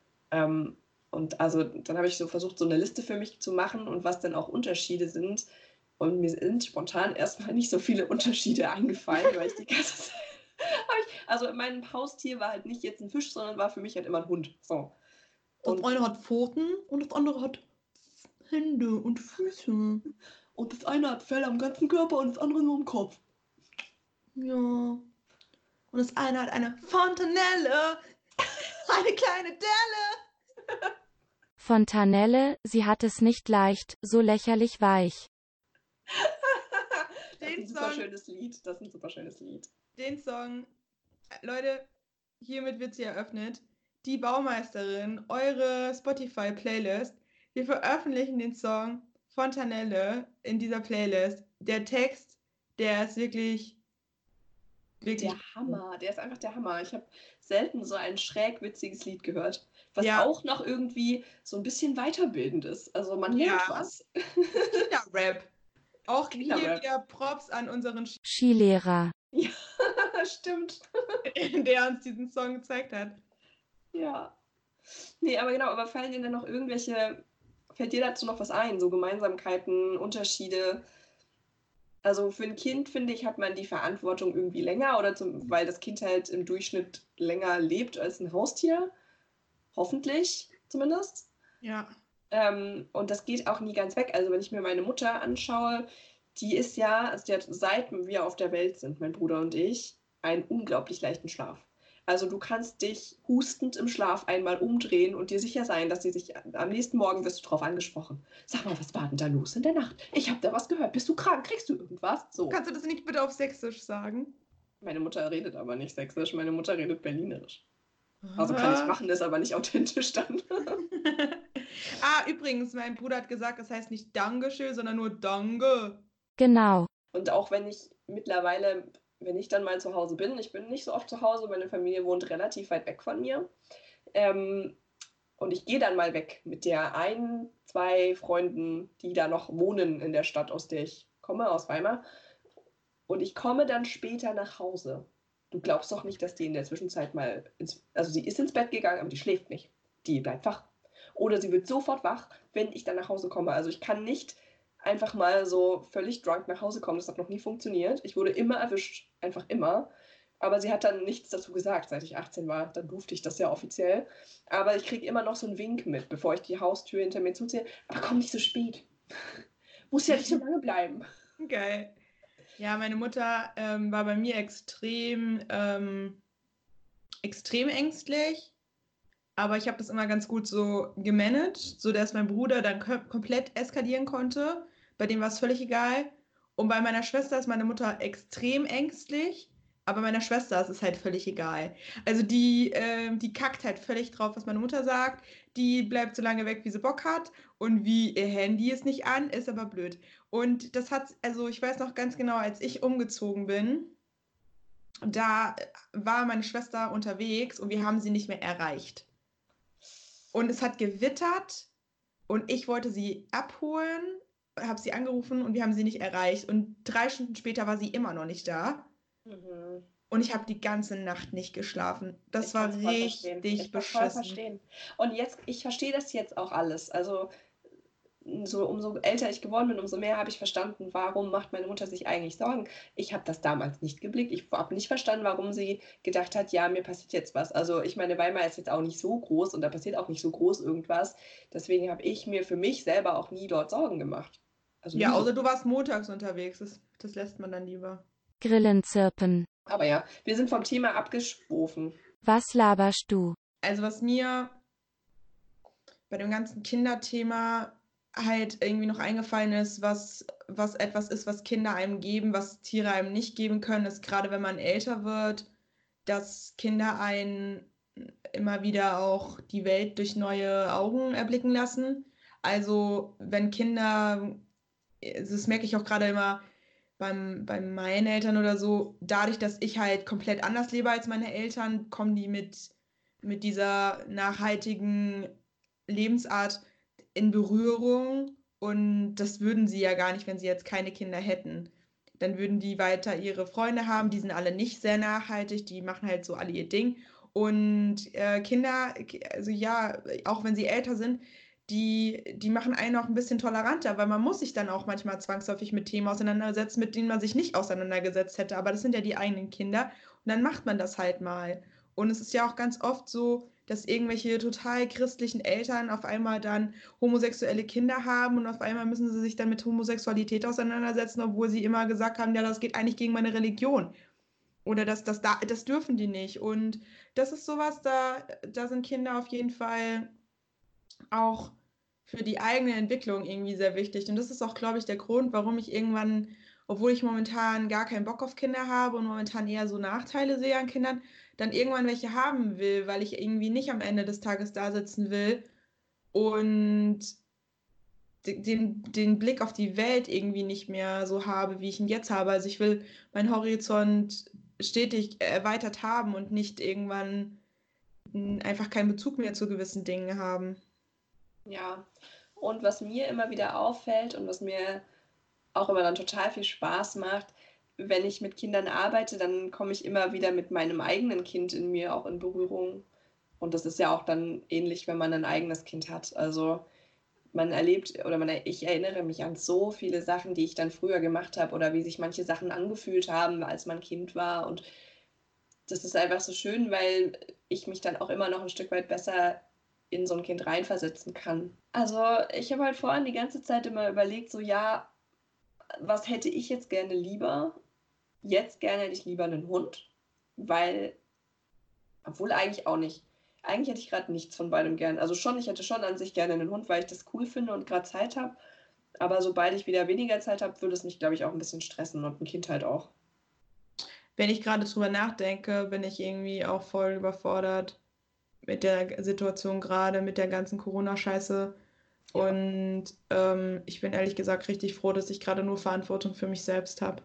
Und also dann habe ich so versucht, so eine Liste für mich zu machen und was dann auch Unterschiede sind. Und mir sind spontan erstmal nicht so viele Unterschiede eingefallen, weil ich die ganze Zeit. Also mein Haustier war halt nicht jetzt ein Fisch, sondern war für mich halt immer ein Hund. So. das Und, eine hat Pfoten und das andere hat Hände und Füße. und das eine hat Fell am ganzen Körper und das andere nur im Kopf. Ja. Und das eine hat eine Fontanelle, eine kleine Delle. Fontanelle, sie hat es nicht leicht, so lächerlich weich. Das ist ein super schönes Lied. Das ist ein super schönes Lied. Den Song, Leute, hiermit wird sie eröffnet. Die Baumeisterin, eure Spotify-Playlist. Wir veröffentlichen den Song Fontanelle in dieser Playlist. Der Text, der ist wirklich Der Hammer, der ist einfach der Hammer. Ich habe selten so ein schräg witziges Lied gehört, was Ja. auch noch irgendwie so ein bisschen weiterbildend ist. Also man lernt was. Kinderrap. Auch hier Kinderrap. wieder Props an unseren Skilehrer. Ja, stimmt. der uns diesen Song gezeigt hat. Ja. Nee, aber genau, aber fällt dir dazu noch was ein? So Gemeinsamkeiten, Unterschiede? Also für ein Kind, finde ich, hat man die Verantwortung irgendwie länger weil das Kind halt im Durchschnitt länger lebt als ein Haustier. Hoffentlich zumindest. Ja. Und das geht auch nie ganz weg. Also wenn ich mir meine Mutter anschaue, die hat seit wir auf der Welt sind, mein Bruder und ich, einen unglaublich leichten Schlaf. Also du kannst dich hustend im Schlaf einmal umdrehen und dir sicher sein, dass sie sich am nächsten Morgen wirst du drauf angesprochen. Sag mal, was war denn da los in der Nacht? Ich habe da was gehört. Bist du krank? Kriegst du irgendwas? So. Kannst du das nicht bitte auf Sächsisch sagen? Meine Mutter redet aber nicht Sächsisch, meine Mutter redet Berlinerisch. Also kann ich machen, ist aber nicht authentisch dann. Übrigens, mein Bruder hat gesagt, es heißt nicht Dankeschön, sondern nur Danke. Genau. Und auch wenn ich dann mal zu Hause bin, ich bin nicht so oft zu Hause, meine Familie wohnt relativ weit weg von mir. Und ich gehe dann mal weg mit der 2 Freunden, die da noch wohnen in der Stadt, aus der ich komme, aus Weimar. Und ich komme dann später nach Hause. Du glaubst doch nicht, dass die in der Zwischenzeit also sie ist ins Bett gegangen, aber die schläft nicht. Die bleibt wach. Oder sie wird sofort wach, wenn ich dann nach Hause komme. Also ich kann nicht einfach mal so völlig drunk nach Hause kommen. Das hat noch nie funktioniert. Ich wurde immer erwischt. Einfach immer. Aber sie hat dann nichts dazu gesagt, seit ich 18 war. Dann durfte ich das ja offiziell. Aber ich kriege immer noch so einen Wink mit, bevor ich die Haustür hinter mir zuziehe. Aber komm nicht so spät. Muss ja nicht so lange bleiben. Geil. Ja, meine Mutter war bei mir extrem ängstlich. Aber ich habe das immer ganz gut so gemanagt, sodass mein Bruder dann komplett eskalieren konnte. Bei dem war es völlig egal. Und bei meiner Schwester ist meine Mutter extrem ängstlich, Aber meiner Schwester ist es halt völlig egal. Also die kackt halt völlig drauf, was meine Mutter sagt. Die bleibt so lange weg, wie sie Bock hat. Und wie ihr Handy ist nicht an, ist aber blöd. Und also ich weiß noch ganz genau, als ich umgezogen bin, da war meine Schwester unterwegs und wir haben sie nicht mehr erreicht. Und es hat gewittert und ich wollte sie abholen, habe sie angerufen und wir haben sie nicht erreicht. Und 3 Stunden später war sie immer noch nicht da. Mhm. Und ich habe die ganze Nacht nicht geschlafen. Das Ich war kann es voll verstehen. richtig Ich kann es voll beschissen. verstehen. Und jetzt, ich verstehe das jetzt auch alles. Also so, umso älter ich geworden bin, umso mehr habe ich verstanden, warum macht meine Mutter sich eigentlich Sorgen. Ich habe das damals nicht geblickt. Ich habe nicht verstanden, warum sie gedacht hat, ja, mir passiert jetzt was. Also ich meine, Weimar ist jetzt auch nicht so groß und da passiert auch nicht so groß irgendwas. Deswegen habe ich mir für mich selber auch nie dort Sorgen gemacht. Also Ja, nie. außer du warst montags unterwegs. Das lässt man dann lieber. Grillen zirpen. Aber ja, wir sind vom Thema abgeschwofen. Was laberst du? Also was mir bei dem ganzen Kinderthema halt irgendwie noch eingefallen ist, was etwas ist, was Kinder einem geben, was Tiere einem nicht geben können, ist gerade wenn man älter wird, dass Kinder einen immer wieder auch die Welt durch neue Augen erblicken lassen. Also wenn Kinder, das merke ich auch gerade immer bei meinen Eltern oder so, dadurch, dass ich halt komplett anders lebe als meine Eltern, kommen die mit dieser nachhaltigen Lebensart in Berührung und das würden sie ja gar nicht, wenn sie jetzt keine Kinder hätten. Dann würden die weiter ihre Freunde haben, die sind alle nicht sehr nachhaltig, die machen halt so alle ihr Ding. Und Kinder, also ja, auch wenn sie älter sind, die machen einen auch ein bisschen toleranter, weil man muss sich dann auch manchmal zwangsläufig mit Themen auseinandersetzen, mit denen man sich nicht auseinandergesetzt hätte. Aber das sind ja die eigenen Kinder und dann macht man das halt mal. Und es ist ja auch ganz oft so, dass irgendwelche total christlichen Eltern auf einmal dann homosexuelle Kinder haben und auf einmal müssen sie sich dann mit Homosexualität auseinandersetzen, obwohl sie immer gesagt haben, ja, das geht eigentlich gegen meine Religion. Oder das dürfen die nicht. Und das ist sowas, da sind Kinder auf jeden Fall auch für die eigene Entwicklung irgendwie sehr wichtig. Und das ist auch, glaube ich, der Grund, warum ich irgendwann, obwohl ich momentan gar keinen Bock auf Kinder habe und momentan eher so Nachteile sehe an Kindern, dann irgendwann welche haben will, weil ich irgendwie nicht am Ende des Tages da sitzen will und den Blick auf die Welt irgendwie nicht mehr so habe, wie ich ihn jetzt habe. Also ich will meinen Horizont stetig erweitert haben und nicht irgendwann einfach keinen Bezug mehr zu gewissen Dingen haben. Ja, und was mir immer wieder auffällt und was mir auch immer dann total viel Spaß macht, wenn ich mit Kindern arbeite, dann komme ich immer wieder mit meinem eigenen Kind in mir auch in Berührung. Und das ist ja auch dann ähnlich, wenn man ein eigenes Kind hat. Also man erlebt oder ich erinnere mich an so viele Sachen, die ich dann früher gemacht habe oder wie sich manche Sachen angefühlt haben, als man Kind war. Und das ist einfach so schön, weil ich mich dann auch immer noch ein Stück weit besser in so ein Kind reinversetzen kann. Also ich habe halt vorhin die ganze Zeit immer überlegt, so ja, was hätte ich jetzt gerne lieber? Jetzt gerne hätte ich lieber einen Hund, weil, obwohl eigentlich auch nicht. Eigentlich hätte ich gerade nichts von beidem gern. Also schon, ich hätte schon an sich gerne einen Hund, weil ich das cool finde und gerade Zeit habe. Aber sobald ich wieder weniger Zeit habe, würde es mich, glaube ich, auch ein bisschen stressen und ein Kind halt auch. Wenn ich gerade drüber nachdenke, bin ich irgendwie auch voll überfordert mit der Situation gerade, mit der ganzen Corona-Scheiße. Ja, Und ich bin ehrlich gesagt richtig froh, dass ich gerade nur Verantwortung für mich selbst habe.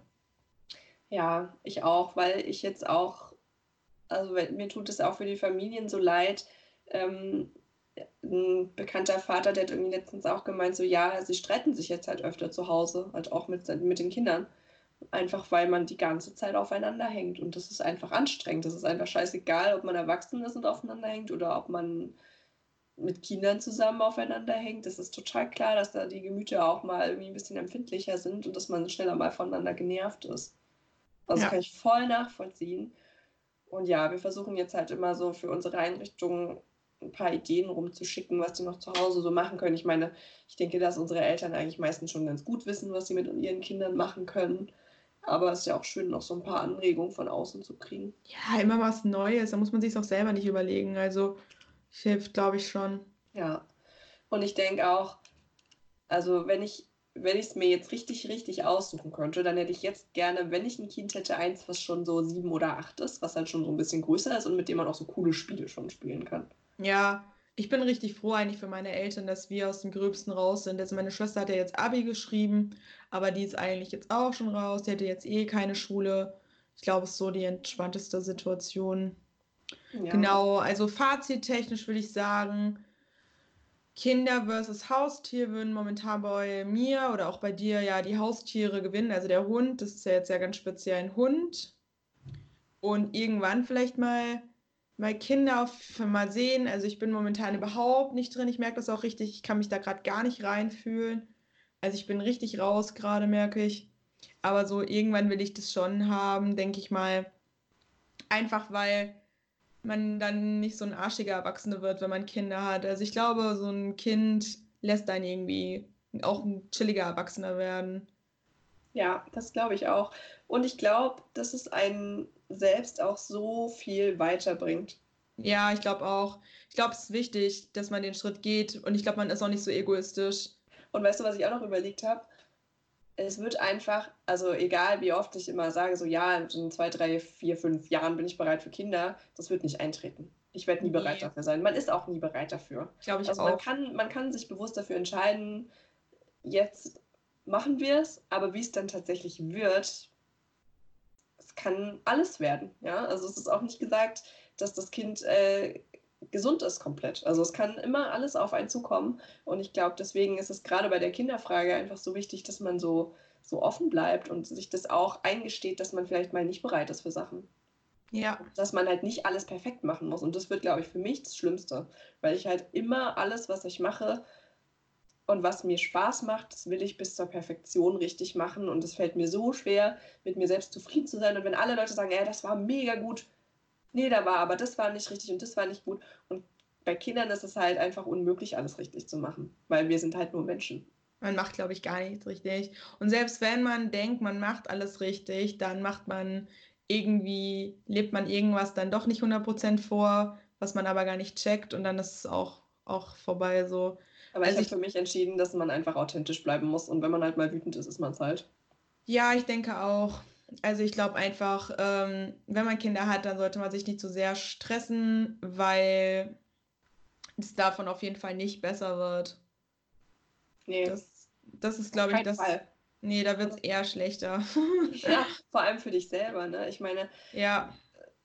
ja, ich auch, weil ich jetzt auch, also mir tut es auch für die Familien so leid. Ähm, ein bekannter Vater, der hat irgendwie letztens auch gemeint, so ja, sie streiten sich jetzt halt öfter zu Hause, halt auch mit den Kindern. Einfach weil man die ganze Zeit aufeinander hängt. Und das ist einfach anstrengend. Das ist einfach scheißegal, ob man erwachsen ist und aufeinander hängt oder ob man mit Kindern zusammen aufeinander hängt. Das ist total klar, dass da die Gemüter auch mal irgendwie ein bisschen empfindlicher sind und dass man schneller mal voneinander genervt ist. Also kann Ja. ich voll nachvollziehen. Und ja, wir versuchen jetzt halt immer so für unsere Einrichtung ein paar Ideen rumzuschicken, was die noch zu Hause so machen können. Ich meine, ich denke, dass unsere Eltern eigentlich meistens schon ganz gut wissen, was sie mit ihren Kindern machen können. Aber es ist ja auch schön, noch so ein paar Anregungen von außen zu kriegen. Ja, immer was Neues. Da muss man sich auch selber nicht überlegen. Also hilft, glaube ich, schon. Ja, und ich denke auch, also wenn ich wenn ich es mir jetzt richtig, richtig aussuchen könnte, dann hätte ich jetzt gerne, wenn ich ein Kind hätte, eins, was schon so 7 oder 8 ist, was halt schon so ein bisschen größer ist und mit dem man auch so coole Spiele schon spielen kann. Ja, ich bin richtig froh eigentlich für meine Eltern, dass wir aus dem Gröbsten raus sind. Also meine Schwester hat ja jetzt Abi geschrieben, aber die ist eigentlich jetzt auch schon raus. Die hätte jetzt eh keine Schule. Ich glaube, es ist so die entspannteste Situation. Ja, Genau, also fazittechnisch würde ich sagen, Kinder versus Haustier würden momentan bei mir oder auch bei dir ja die Haustiere gewinnen. Also der Hund, das ist ja jetzt ja ganz speziell ein Hund. Und irgendwann vielleicht mal Kinder mal sehen. Also ich bin momentan überhaupt nicht drin. Ich merke das auch richtig. Ich kann mich da gerade gar nicht reinfühlen. Also ich bin richtig raus gerade, merke ich. Aber so irgendwann will ich das schon haben, denke ich mal. Einfach weil man dann nicht so ein arschiger Erwachsene wird, wenn man Kinder hat. Also ich glaube, so ein Kind lässt einen irgendwie auch ein chilliger Erwachsener werden. ja, das glaube ich auch. Und ich glaube, dass es einen selbst auch so viel weiterbringt. Ja, ich glaube auch. Ich glaube, es ist wichtig, dass man den Schritt geht. Und ich glaube, man ist auch nicht so egoistisch. Und weißt du, was ich auch noch überlegt habe? Es wird einfach, also egal wie oft ich immer sage, so ja, in 2, 3, 4, 5 Jahren bin ich bereit für Kinder, das wird nicht eintreten. Ich werde nie bereit Nee, dafür sein. Man ist auch nie bereit dafür. glaube ich Also man auch. kann, man kann sich bewusst dafür entscheiden, jetzt machen wir es, aber wie es dann tatsächlich wird, es kann alles werden. Ja? Also es ist auch nicht gesagt, dass das Kind gesund ist komplett. Also es kann immer alles auf einen zukommen. Und ich glaube, deswegen ist es gerade bei der Kinderfrage einfach so wichtig, dass man so offen bleibt und sich das auch eingesteht, dass man vielleicht mal nicht bereit ist für Sachen. Ja, Dass man halt nicht alles perfekt machen muss. Und das wird, glaube ich, für mich das Schlimmste. Weil ich halt immer alles, was ich mache, und was mir Spaß macht, das will ich bis zur Perfektion richtig machen. Und es fällt mir so schwer, mit mir selbst zufrieden zu sein. Und wenn alle Leute sagen, das war mega gut, nee, da war aber das war nicht richtig und das war nicht gut. Und bei Kindern ist es halt einfach unmöglich, alles richtig zu machen, weil wir sind halt nur Menschen. man macht, glaube ich, gar nichts richtig. Und selbst wenn man denkt, man macht alles richtig, dann macht man irgendwie, lebt man irgendwas dann doch nicht 100% vor, was man aber gar nicht checkt und dann ist es auch vorbei so. Aber ich Also habe für mich entschieden, dass man einfach authentisch bleiben muss. Und wenn man halt mal wütend ist, ist man es halt. ja, ich denke auch. Also ich glaube einfach, wenn man Kinder hat, dann sollte man sich nicht zu sehr stressen, weil es davon auf jeden Fall nicht besser wird. Nee, Das ist, auf glaube ich, keinen das. Fall. Nee, da wird es Und eher schlechter. ja, vor allem für dich selber, ne? Ich meine, Ja,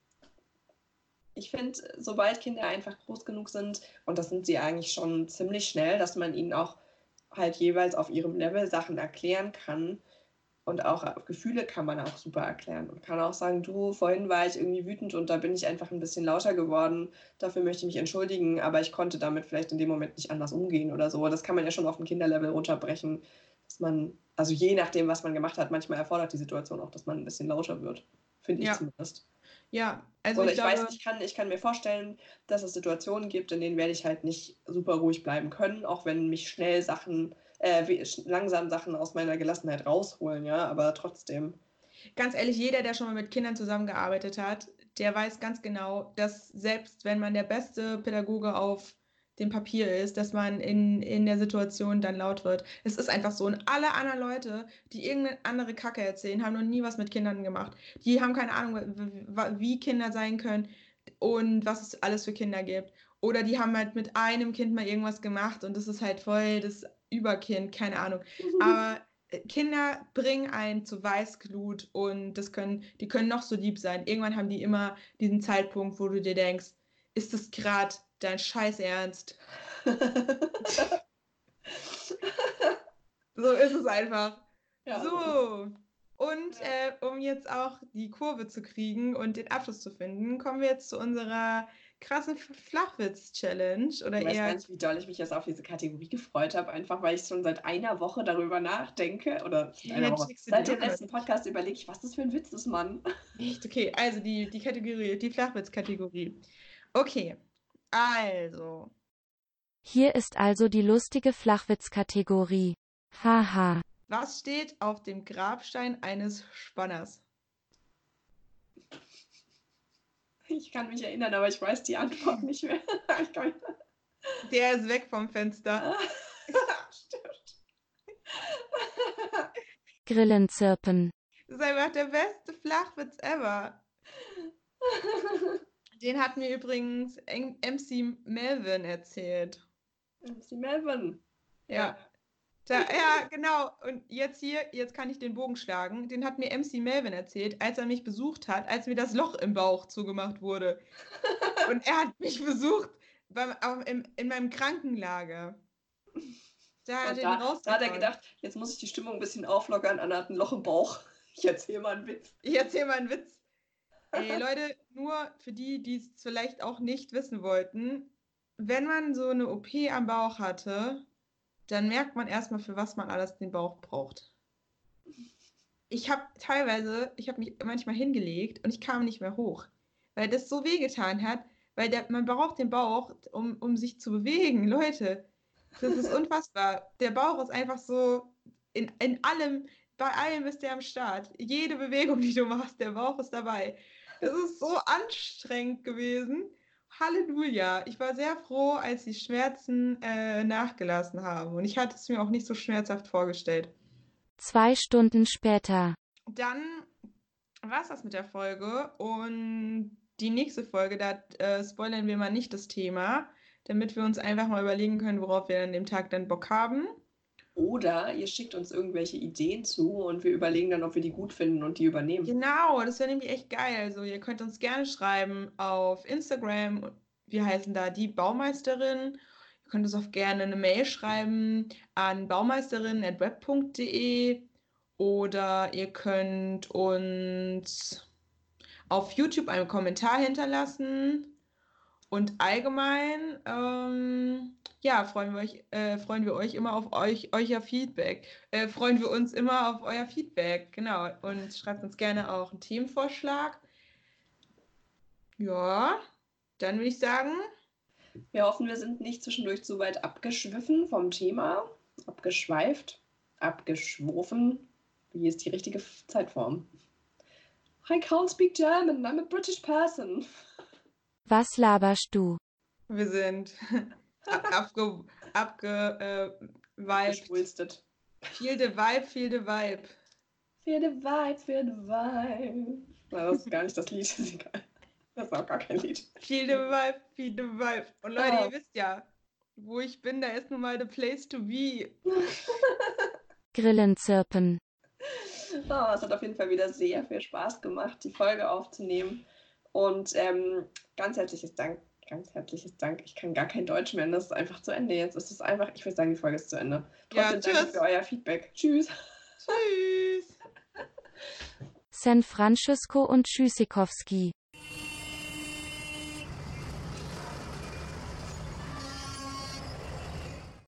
ich finde, sobald Kinder einfach groß genug sind, und das sind sie eigentlich schon ziemlich schnell, dass man ihnen auch halt jeweils auf ihrem Level Sachen erklären kann. Und auch Gefühle kann man auch super erklären und kann auch sagen, du, vorhin war ich irgendwie wütend und da bin ich einfach ein bisschen lauter geworden. Dafür möchte ich mich entschuldigen, aber ich konnte damit vielleicht in dem Moment nicht anders umgehen oder so. Das kann man ja schon auf dem Kinderlevel runterbrechen, dass man, also je nachdem, was man gemacht hat, manchmal erfordert die Situation auch, dass man ein bisschen lauter wird. Finde ich ja, zumindest. ja. Also Oder ich ich weiß glaube, nicht, ich kann mir vorstellen, dass es Situationen gibt, in denen werde ich halt nicht super ruhig bleiben können, auch wenn mich schnell Sachen, langsam Sachen aus meiner Gelassenheit rausholen, ja, aber trotzdem. ganz ehrlich, jeder, der schon mal mit Kindern zusammengearbeitet hat, der weiß ganz genau, dass selbst wenn man der beste Pädagoge auf dem Papier ist, dass man in der Situation dann laut wird. Es ist einfach so. Und alle anderen Leute, die irgendeine andere Kacke erzählen, haben noch nie was mit Kindern gemacht. Die haben keine Ahnung, wie Kinder sein können und was es alles für Kinder gibt. Oder die haben halt mit einem Kind mal irgendwas gemacht und das ist halt voll das Überkind, keine Ahnung. Aber Kinder bringen einen zu Weißglut und die können noch so lieb sein. Irgendwann haben die immer diesen Zeitpunkt, wo du dir denkst, ist das gerade dein Scheiß Ernst? So ist es einfach. Ja, so ist es. So. Und Ja. um jetzt auch die Kurve zu kriegen und den Abschluss zu finden, kommen wir jetzt zu unserer krassen Flachwitz-Challenge. Oder Du weißt gar eher, nicht, wie doll ich mich jetzt auf diese Kategorie gefreut habe, einfach weil ich schon seit einer Woche darüber nachdenke. Oder seit einer ja, Woche. checkst du Seit den dem auch noch letzten nicht. Podcast überlege ich, was das für ein Witz ist, Mann. Echt? Okay, also die Kategorie, die Flachwitz-Kategorie. Okay, also. Hier ist also die lustige Flachwitz-Kategorie. Haha. Was steht auf dem Grabstein eines Spanners? Ich kann mich erinnern, aber ich weiß die Antwort nicht mehr. Ich kann mich... Der ist weg vom Fenster. Ah, stimmt. Grillenzirpen. Das ist einfach der beste Flachwitz ever. Den hat mir übrigens MC Melvin erzählt. MC Melvin. Ja. Ja, genau. Und jetzt kann ich den Bogen schlagen. Den hat mir MC Melvin erzählt, als er mich besucht hat, als mir das Loch im Bauch zugemacht wurde. Und er hat mich besucht in meinem Krankenlager. Da hat er gedacht, jetzt muss ich die Stimmung ein bisschen auflockern. Anna hat ein Loch im Bauch. Ich erzähle mal einen Witz. Ey, Leute, nur für die, die es vielleicht auch nicht wissen wollten, wenn man so eine OP am Bauch hatte, dann merkt man erstmal, für was man alles den Bauch braucht. Ich habe mich manchmal hingelegt und ich kam nicht mehr hoch, weil das so wehgetan hat, weil man braucht den Bauch, um sich zu bewegen, Leute. Das ist unfassbar. Der Bauch ist einfach so in allem, bei allem ist der am Start. Jede Bewegung, die du machst, der Bauch ist dabei. Das ist so anstrengend gewesen. Halleluja. Ich war sehr froh, als die Schmerzen nachgelassen haben. Und ich hatte es mir auch nicht so schmerzhaft vorgestellt. 2 Stunden später. Dann war es das mit der Folge. Und die nächste Folge, da spoilern wir mal nicht das Thema, damit wir uns einfach mal überlegen können, worauf wir an dem Tag dann Bock haben. Oder ihr schickt uns irgendwelche Ideen zu und wir überlegen dann, ob wir die gut finden und die übernehmen. Genau, das wäre nämlich echt geil. Also ihr könnt uns gerne schreiben auf Instagram. Wir heißen da die Baumeisterin. Ihr könnt uns auch gerne eine Mail schreiben an baumeisterin@web.de oder ihr könnt uns auf YouTube einen Kommentar hinterlassen. Und allgemein, freuen wir euch immer auf euer Feedback. Freuen wir uns immer auf euer Feedback, genau. Und schreibt uns gerne auch einen Themenvorschlag. Ja, dann würde ich sagen. Wir hoffen, wir sind nicht zwischendurch zu weit abgeschwiffen vom Thema. Abgeschweift, abgeschworfen. Wie ist die richtige Zeitform? I can't speak German, I'm a British person. Was laberst du? Wir sind abgewiped. Feel the vibe. Feel the vibe. Na, das ist gar nicht das Lied, ist egal. Das ist auch gar kein Lied. Feel the vibe. Und Leute, ihr wisst ja, wo ich bin, da ist nun mal the place to be. Grillenzirpen. Es hat auf jeden Fall wieder sehr viel Spaß gemacht, die Folge aufzunehmen. Und ganz herzliches Dank. Ich kann gar kein Deutsch mehr. Das ist einfach zu Ende. Jetzt ist es einfach, ich würde sagen, die Folge ist zu Ende. Trotzdem danke für euer Feedback. Tschüss. Tschüss. San Francisco und Tschüssikowski.